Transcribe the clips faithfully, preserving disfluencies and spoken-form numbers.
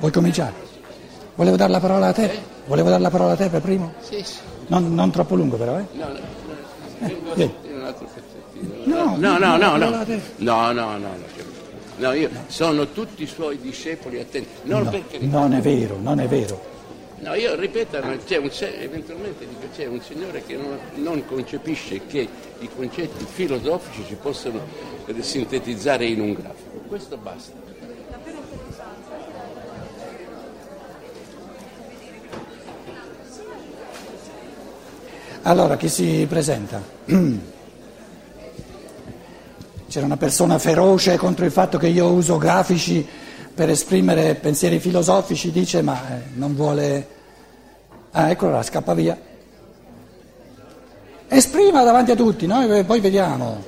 Vuoi cominciare? Volevo dare la parola a te? Eh? Volevo dare la parola a te per primo? Sì, sì. Non, non troppo lungo però, eh? No, no, no. Eh, vieni. Un altro pezzettino. No, no, no, no, no. no. No, no, no, no. No, io sono tutti i suoi discepoli attenti. Non No, perché non è vero, non è vero. No, io ripeto, c'è un, eventualmente dico, c'è un signore che non, non concepisce che i concetti filosofici si possono sintetizzare in un grafico. Questo basta. Allora, chi si presenta? C'era una persona feroce contro il fatto che io uso grafici per esprimere pensieri filosofici, dice, ma eh, non vuole... Ah, eccola là, scappa via. Esprima davanti a tutti, noi poi vediamo.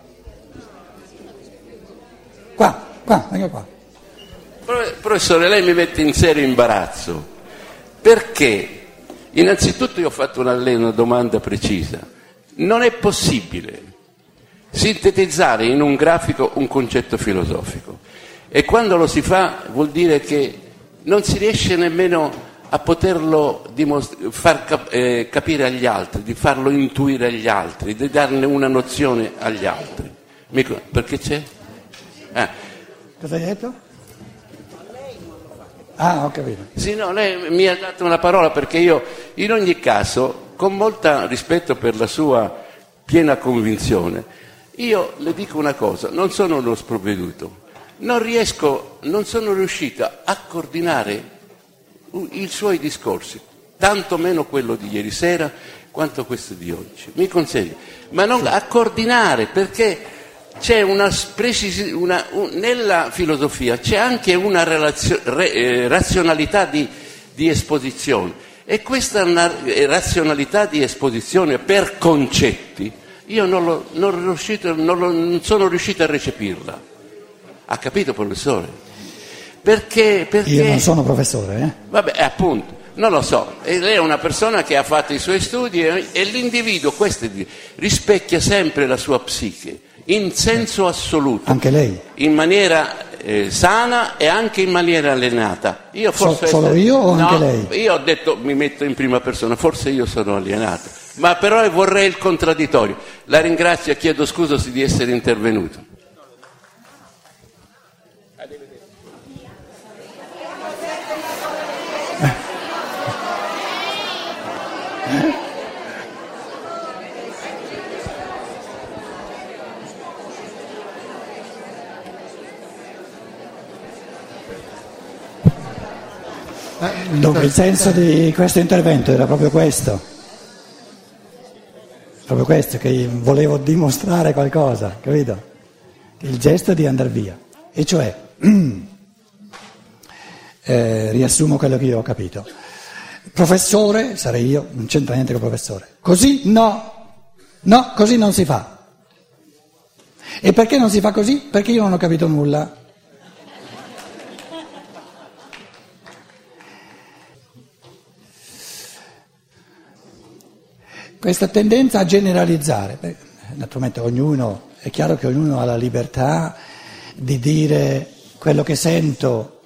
Qua, qua, venga qua. Professore, lei mi mette in serio imbarazzo, perché innanzitutto io ho fatto una, una domanda precisa. Non è possibile sintetizzare in un grafico un concetto filosofico, e quando lo si fa vuol dire che non si riesce nemmeno a poterlo dimostra- far cap- eh, capire agli altri, di farlo intuire agli altri, di darne una nozione agli altri. Mico, perché c'è? Ah. Cosa hai detto? Ah, ho capito. Sì, no, lei mi ha dato una parola perché io, in ogni caso, con molto rispetto per la sua piena convinzione, io le dico una cosa, non sono uno sprovveduto, non riesco, non sono riuscito a coordinare i suoi discorsi, tanto meno quello di ieri sera quanto questo di oggi, mi consegna, ma non a coordinare, perché c'è una, precisi, una un, nella filosofia c'è anche una relazio, re, eh, razionalità di, di esposizione, e questa una, eh, razionalità di esposizione per concetti io non, lo, non, riuscito, non, lo, non sono riuscito a recepirla. Ha capito, professore? Perché, perché... Io non sono professore, eh? Vabbè, appunto, non lo so. E lei è una persona che ha fatto i suoi studi e, e l'individuo, questo è, rispecchia sempre la sua psiche, in senso assoluto. Anche lei? In maniera eh, sana e anche in maniera allenata. Io forse So, solo essere... io o no, anche lei? Io ho detto, mi metto in prima persona, forse io sono alienato. Ma però vorrei il contraddittorio. La ringrazio e chiedo scusa di essere intervenuto. Dunque, il senso di questo intervento era proprio questo, proprio questo, che volevo dimostrare qualcosa, capito? Il gesto di andare via, e cioè, eh, riassumo quello che io ho capito. Professore, sarei io, non c'entra niente con il professore. Così no, no, così non si fa. E perché non si fa così? Perché io non ho capito nulla. Questa tendenza a generalizzare, beh, naturalmente ognuno, è chiaro che ognuno ha la libertà di dire quello che sento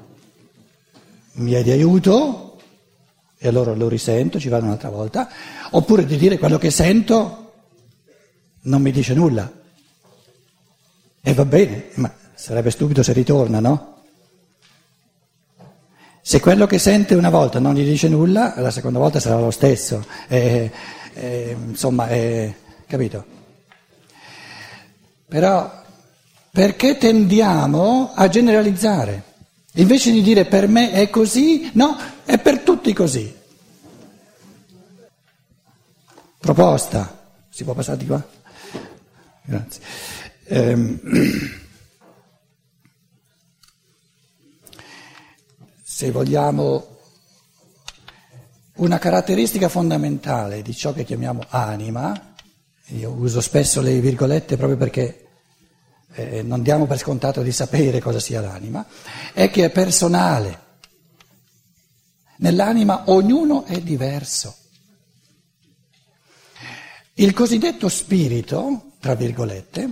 mi è di aiuto e allora lo risento, ci vado un'altra volta, oppure di dire quello che sento non mi dice nulla. E va bene, ma sarebbe stupido se ritorna, no? Se quello che sente una volta non gli dice nulla, la seconda volta sarà lo stesso. Eh, eh, insomma, eh, capito? Però perché tendiamo a generalizzare? Invece di dire per me è così, no, è per tutti così. Proposta. Si può passare di qua? Grazie. Ehm. Se vogliamo, una caratteristica fondamentale di ciò che chiamiamo anima, io uso spesso le virgolette proprio perché eh, non diamo per scontato di sapere cosa sia l'anima, è che è personale. Nell'anima ognuno è diverso. Il cosiddetto spirito, tra virgolette,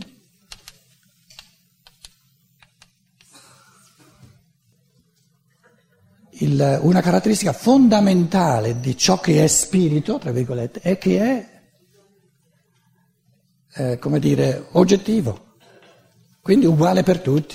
il, una caratteristica fondamentale di ciò che è spirito, tra virgolette, è che è, eh, come dire, oggettivo, quindi uguale per tutti.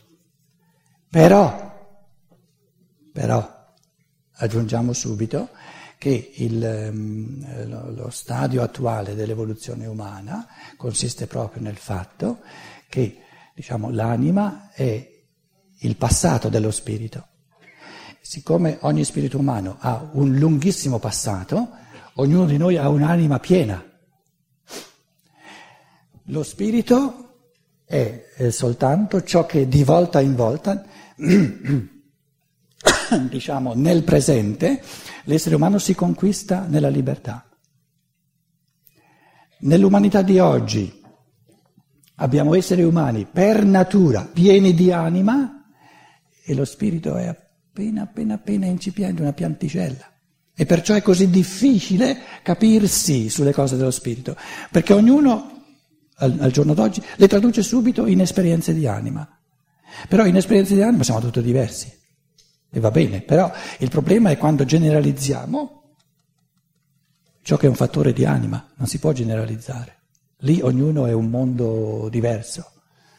Però, però, aggiungiamo subito che il, lo, lo stadio attuale dell'evoluzione umana consiste proprio nel fatto che, diciamo, l'anima è il passato dello spirito. Siccome ogni spirito umano ha un lunghissimo passato, ognuno di noi ha un'anima piena. Lo spirito è, è soltanto ciò che di volta in volta, diciamo, nel presente, l'essere umano si conquista nella libertà. Nell'umanità di oggi abbiamo esseri umani per natura pieni di anima e lo spirito è appena, appena, appena incipiente, una pianticella. E perciò è così difficile capirsi sulle cose dello spirito, perché ognuno al, al giorno d'oggi le traduce subito in esperienze di anima. Però in esperienze di anima siamo tutti diversi. E va bene, però il problema è quando generalizziamo ciò che è un fattore di anima, non si può generalizzare. Lì ognuno è un mondo diverso.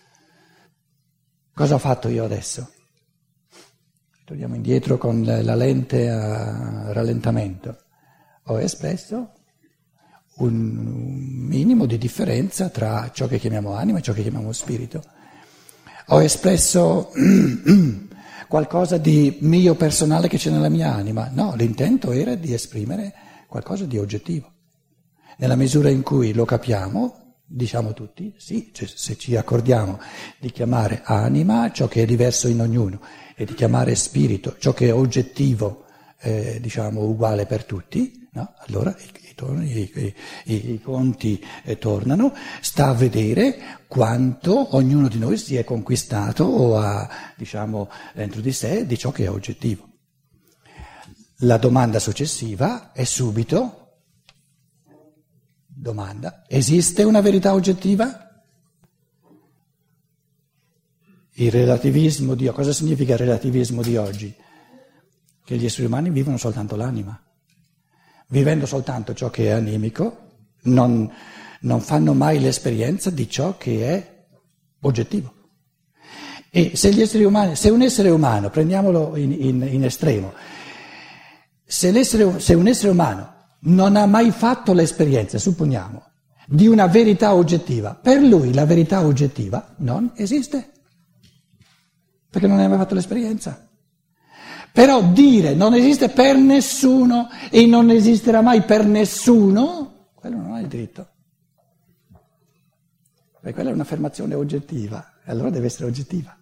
Cosa ho fatto io adesso? Torniamo indietro con la lente a rallentamento. Ho espresso un minimo di differenza tra ciò che chiamiamo anima e ciò che chiamiamo spirito. Ho espresso qualcosa di mio personale che c'è nella mia anima. No, l'intento era di esprimere qualcosa di oggettivo. Nella misura in cui lo capiamo, diciamo tutti, sì, cioè se ci accordiamo di chiamare anima ciò che è diverso in ognuno e di chiamare spirito ciò che è oggettivo, eh, diciamo, uguale per tutti, no? Allora i, i, i, i conti eh, tornano, sta a vedere quanto ognuno di noi si è conquistato o ha, diciamo, dentro di sé di ciò che è oggettivo. La domanda successiva è subito, domanda, esiste una verità oggettiva? Il relativismo di cosa significa il relativismo di oggi? Che gli esseri umani vivono soltanto l'anima. Vivendo soltanto ciò che è animico, non, non fanno mai l'esperienza di ciò che è oggettivo. E se gli esseri umani, se un essere umano, prendiamolo in, in, in estremo, se, l'essere, se un essere umano non ha mai fatto l'esperienza, supponiamo, di una verità oggettiva, per lui la verità oggettiva non esiste, perché non ne ha mai fatto l'esperienza. Però dire non esiste per nessuno e non esisterà mai per nessuno, quello non ha il diritto. Perché quella è un'affermazione oggettiva, e allora deve essere oggettiva.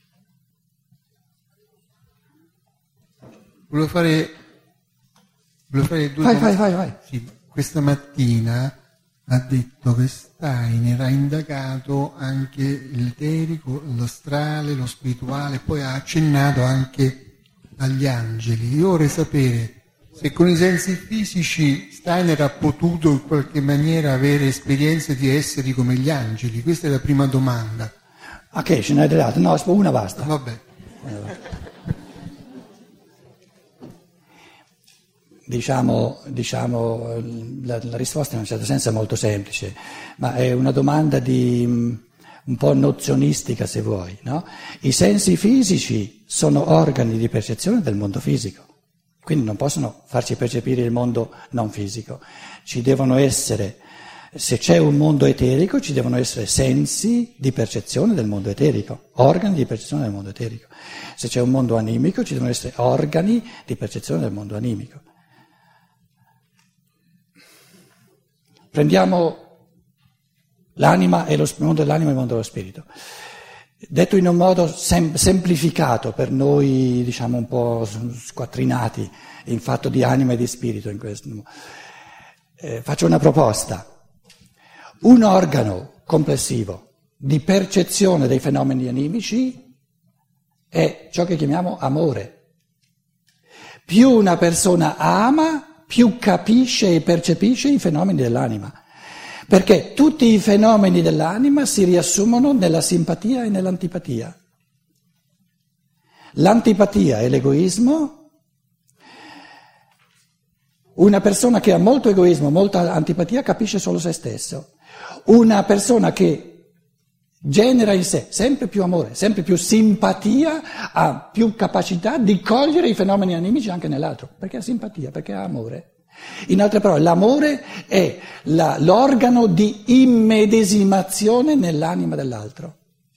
Volevo fare, volevo fare due vai, vai, vai, vai. Sì, questa mattina ha detto che Steiner ha indagato anche l'eterico, l'astrale, lo spirituale, poi ha accennato anche agli angeli. Io vorrei sapere se con i sensi fisici Steiner ha potuto in qualche maniera avere esperienze di esseri come gli angeli. Questa è la prima domanda. Ah, che ce n'hai delle altre? No, una basta. Vabbè. Diciamo, diciamo la, la risposta in un certo senso è molto semplice, ma è una domanda di un po' nozionistica, se vuoi, no? I sensi fisici sono organi di percezione del mondo fisico, quindi non possono farci percepire il mondo non fisico. Ci devono essere, se c'è un mondo eterico, ci devono essere sensi di percezione del mondo eterico, organi di percezione del mondo eterico. Se c'è un mondo animico, ci devono essere organi di percezione del mondo animico. Prendiamo l'anima e lo il mondo dell'anima e il mondo dello spirito. Detto in un modo sem- semplificato per noi, diciamo un po' squattrinati in fatto di anima e di spirito, in questo, eh, faccio una proposta. Un organo complessivo di percezione dei fenomeni animici è ciò che chiamiamo amore. Più una persona ama, più capisce e percepisce i fenomeni dell'anima. Perché tutti i fenomeni dell'anima si riassumono nella simpatia e nell'antipatia. L'antipatia è l'egoismo Una persona che ha molto egoismo, molta antipatia, capisce solo se stesso. Una persona che genera in sé sempre più amore, sempre più simpatia, ha più capacità di cogliere i fenomeni animici anche nell'altro, perché ha simpatia, perché ha amore. In altre parole, l'amore è la, l'organo di immedesimazione nell'anima dell'altro.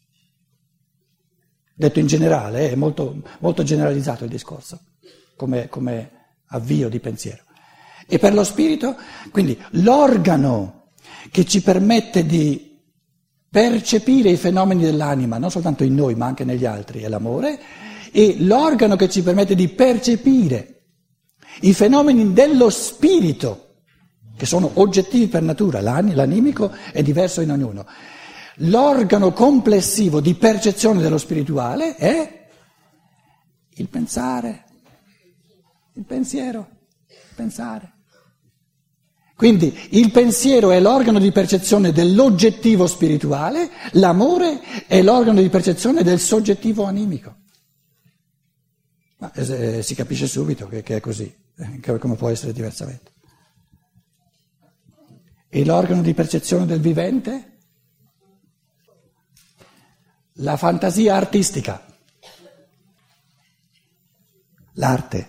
Detto in generale, è molto, molto generalizzato il discorso, come, come avvio di pensiero. E per lo spirito, quindi, l'organo che ci permette di percepire i fenomeni dell'anima, non soltanto in noi ma anche negli altri, è l'amore, e l'organo che ci permette di percepire i fenomeni dello spirito, che sono oggettivi per natura, l'animico è diverso in ognuno. L'organo complessivo di percezione dello spirituale è il pensare, il pensiero, il pensare. Quindi il pensiero è l'organo di percezione dell'oggettivo spirituale, l'amore è l'organo di percezione del soggettivo animico. Ma eh, si capisce subito che, che è così, eh, come può essere diversamente. E l'organo di percezione del vivente? La fantasia artistica, l'arte.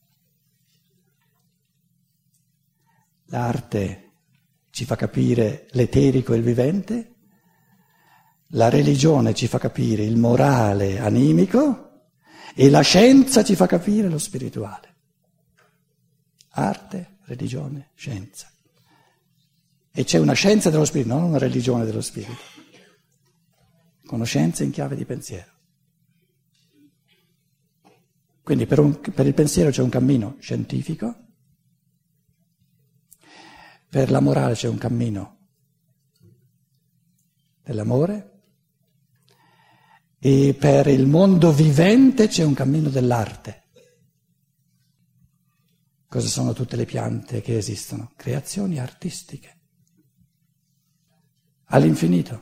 L'arte ci fa capire l'eterico e il vivente, la religione ci fa capire il morale animico e la scienza ci fa capire lo spirituale. Arte, religione, scienza. E c'è una scienza dello spirito, non una religione dello spirito. Conoscenza in chiave di pensiero. Quindi per, un, per il pensiero c'è un cammino scientifico, per la morale c'è un cammino dell'amore e per il mondo vivente c'è un cammino dell'arte. Cosa sono tutte le piante che esistono? Creazioni artistiche. All'infinito.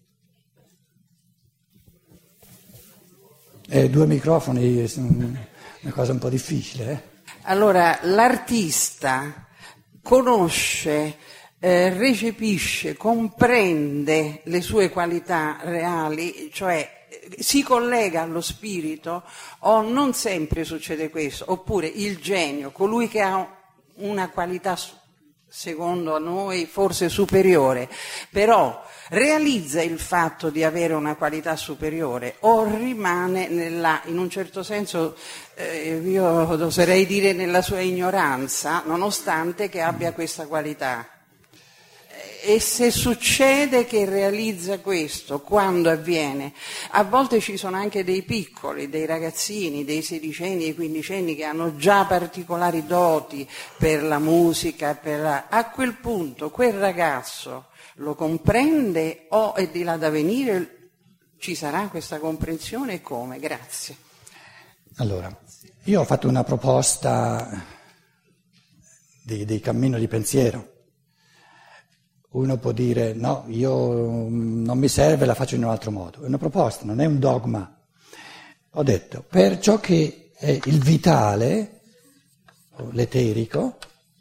Eh, due microfoni sono una cosa un po' difficile. Eh? Allora, l'artista conosce, eh, recepisce, comprende le sue qualità reali, cioè eh, si collega allo spirito, o non sempre succede questo, oppure il genio, colui che ha una qualità secondo noi forse superiore, però realizza il fatto di avere una qualità superiore o rimane nella, in un certo senso, eh, io oserei dire nella sua ignoranza, nonostante che abbia questa qualità. E se succede che realizza questo, quando avviene? A volte ci sono anche dei piccoli, dei ragazzini, dei sedicenni, dei quindicenni che hanno già particolari doti per la musica, per la... a quel punto quel ragazzo lo comprende o è di là da venire? Ci sarà questa comprensione e come? Grazie. Allora, io ho fatto una proposta di, di cammino di pensiero. Uno può dire no, io non mi serve, la faccio in un altro modo. È una proposta, non è un dogma. Ho detto, per ciò che è il vitale, o l'eterico,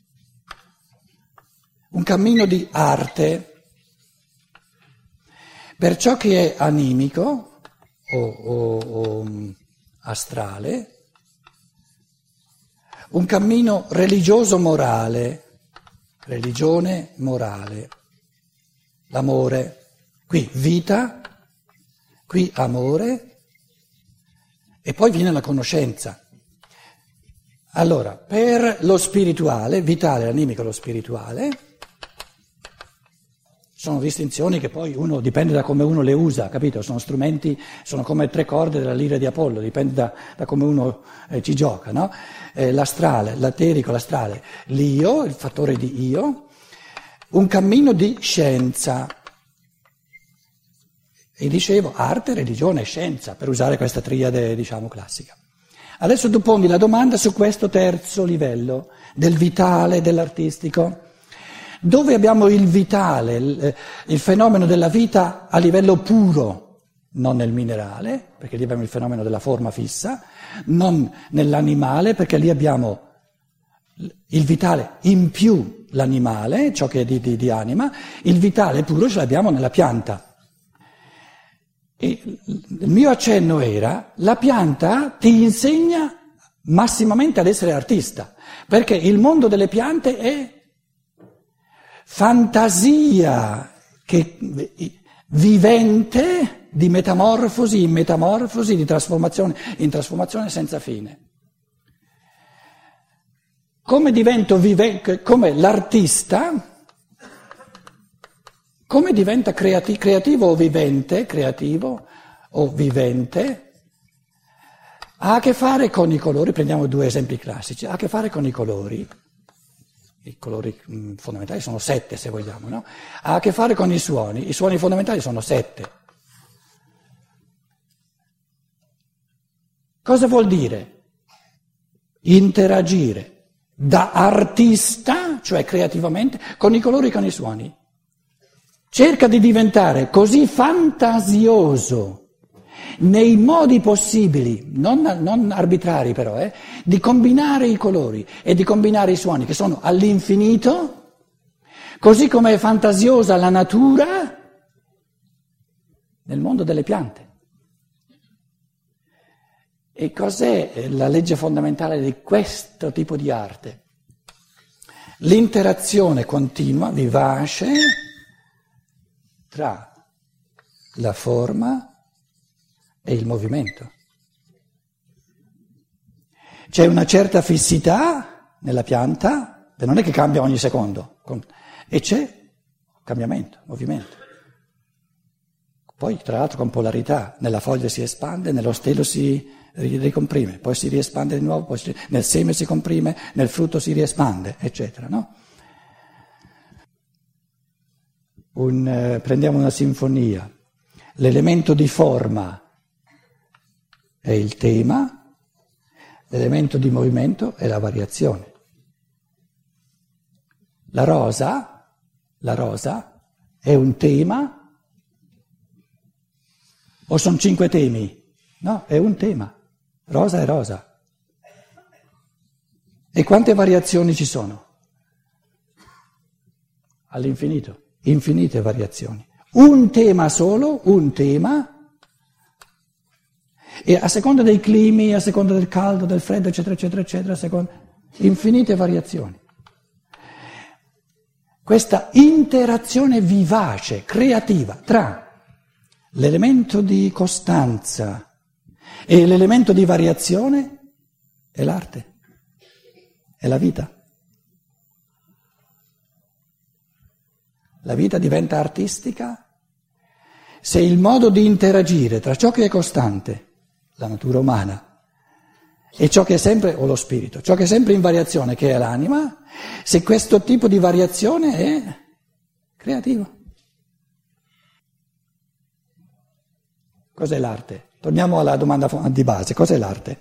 un cammino di arte. Per ciò che è animico o, o, o astrale, un cammino religioso-morale, religione morale, l'amore, qui vita, qui amore e poi viene la conoscenza. Allora, per lo spirituale, vitale, animico, lo spirituale, sono distinzioni che poi uno, dipende da come uno le usa, capito? Sono strumenti, sono come tre corde della lira di Apollo, dipende da, da come uno eh, ci gioca, no? Eh, l'astrale, l'aterico, l'astrale, l'io, il fattore di io, un cammino di scienza. E dicevo arte, religione e scienza, per usare questa triade, diciamo, classica. Adesso tu poni la domanda su questo terzo livello, del vitale, dell'artistico. Dove abbiamo il vitale, il, il fenomeno della vita a livello puro, non nel minerale, perché lì abbiamo il fenomeno della forma fissa, non nell'animale, perché lì abbiamo il vitale in più l'animale, ciò che è di, di, di anima, il vitale puro ce l'abbiamo nella pianta. E il mio accenno era, la pianta ti insegna massimamente ad essere artista, perché il mondo delle piante è fantasia che, vivente di metamorfosi in metamorfosi, di trasformazione in trasformazione senza fine. Come divento vivente, come l'artista, come diventa creati- creativo o vivente, creativo o vivente, ha a che fare con i colori, prendiamo due esempi classici, ha a che fare con i colori, i colori mh, fondamentali sono sette se vogliamo, no? Ha a che fare con i suoni, i suoni fondamentali sono sette. Cosa vuol dire? Interagire da artista, cioè creativamente, con i colori e con i suoni. Cerca di diventare così fantasioso nei modi possibili, non, non arbitrari però, eh, di combinare i colori e di combinare i suoni che sono all'infinito, così come è fantasiosa la natura nel mondo delle piante. E cos'è la legge fondamentale di questo tipo di arte? L'interazione continua, vivace, tra la forma e il movimento. C'è una certa fissità nella pianta, non è che cambia ogni secondo, e c'è cambiamento, movimento. Poi tra l'altro con polarità, nella foglia si espande, nello stelo si ricomprime, poi si riespande di nuovo, poi si, nel seme si comprime, nel frutto si riespande, eccetera, no? Un, eh, prendiamo una sinfonia, l'elemento di forma è il tema, l'elemento di movimento è la variazione. La rosa, la rosa è un tema o sono cinque temi? No, è un tema. Rosa è rosa. E quante variazioni ci sono? All'infinito, infinite variazioni. Un tema solo, un tema, e a seconda dei climi, a seconda del caldo, del freddo, eccetera, eccetera, eccetera, a seconda, infinite variazioni. Questa interazione vivace, creativa, tra l'elemento di costanza e l'elemento di variazione è l'arte, è la vita. La vita diventa artistica se il modo di interagire tra ciò che è costante, la natura umana, e ciò che è sempre, o lo spirito, ciò che è sempre in variazione, che è l'anima, se questo tipo di variazione è creativo. Cos'è l'arte? Torniamo alla domanda di base, cos'è l'arte?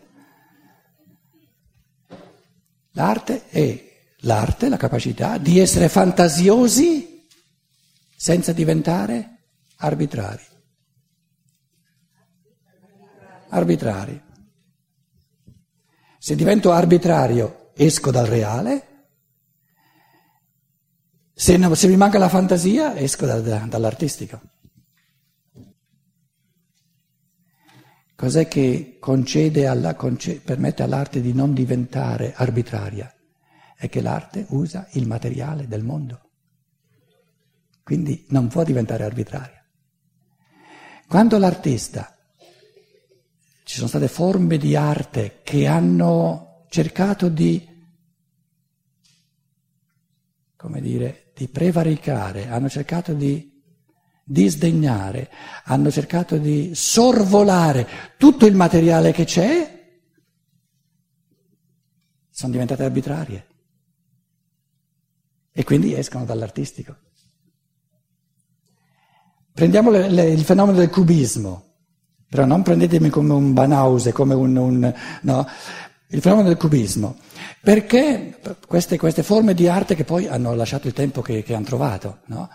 L'arte è l'arte, la capacità di essere fantasiosi senza diventare arbitrari. Arbitrari. Se divento arbitrario esco dal reale, se, no, se mi manca la fantasia esco da, da, dall'artistico. Cos'è che concede alla, concede, permette all'arte di non diventare arbitraria? È che l'arte usa il materiale del mondo. Quindi non può diventare arbitraria. Quando l'artista, ci sono state forme di arte che hanno cercato di, come dire, di prevaricare, hanno cercato di disdegnare, hanno cercato di sorvolare tutto il materiale che c'è, sono diventate arbitrarie e quindi escono dall'artistico. Prendiamo le, le, il fenomeno del cubismo, però non prendetemi come un Banause, come un, un no, il fenomeno del cubismo, perché queste, queste forme di arte che poi hanno lasciato il tempo che, che hanno trovato, no?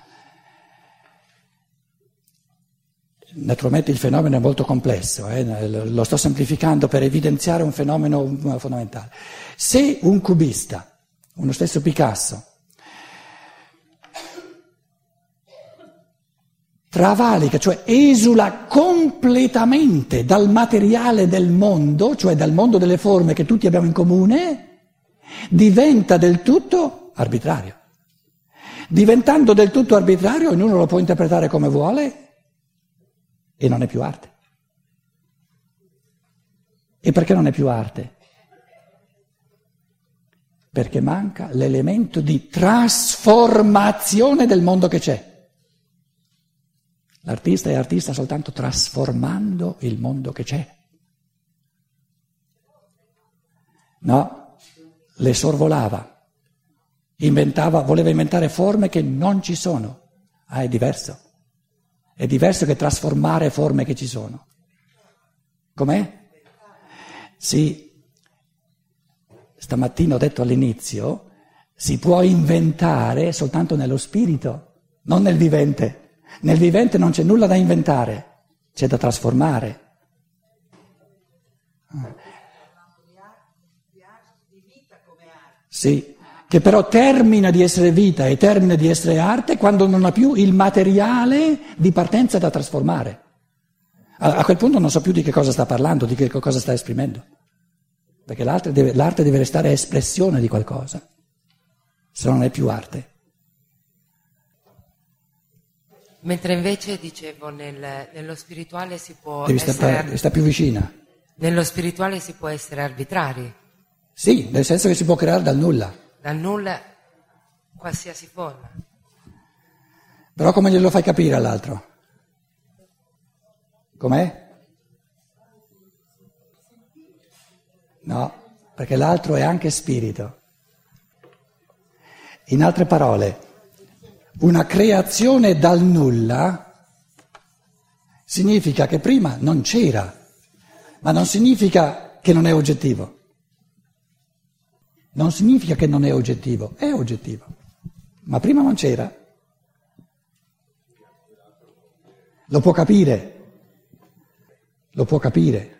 Naturalmente il fenomeno è molto complesso, eh? Lo sto semplificando per evidenziare un fenomeno fondamentale. Se un cubista uno stesso Picasso, travalica, cioè esula completamente dal materiale del mondo, cioè dal mondo delle forme che tutti abbiamo in comune, diventa del tutto arbitrario. Diventando del tutto arbitrario, ognuno lo può interpretare come vuole e non è più arte. E perché non è più arte? Perché manca l'elemento di trasformazione del mondo che c'è. L'artista è artista soltanto trasformando il mondo che c'è. No, le sorvolava. Inventava, voleva inventare forme che non ci sono. Ah, è diverso. È diverso che trasformare forme che ci sono. Com'è? Sì, stamattina ho detto all'inizio, si può inventare soltanto nello spirito, non nel vivente. Nel vivente non c'è nulla da inventare, c'è da trasformare. Sì. Che però termina di essere vita e termina di essere arte quando non ha più il materiale di partenza da trasformare. A quel punto non so più di che cosa sta parlando, di che cosa sta esprimendo, perché l'arte deve, l'arte deve restare espressione di qualcosa, se non è più arte. Mentre invece, dicevo, nel, nello spirituale si può Devi essere... stare, devi stare più vicina. Nello spirituale si può essere arbitrari. Sì, nel senso che si può creare dal nulla. Dal nulla qualsiasi forma. Però come glielo fai capire all'altro? Com'è? No, perché l'altro è anche spirito. In altre parole, una creazione dal nulla significa che prima non c'era, ma non significa che non è oggettivo. Non significa che non è oggettivo, è oggettivo, ma prima non c'era. Lo può capire, lo può capire.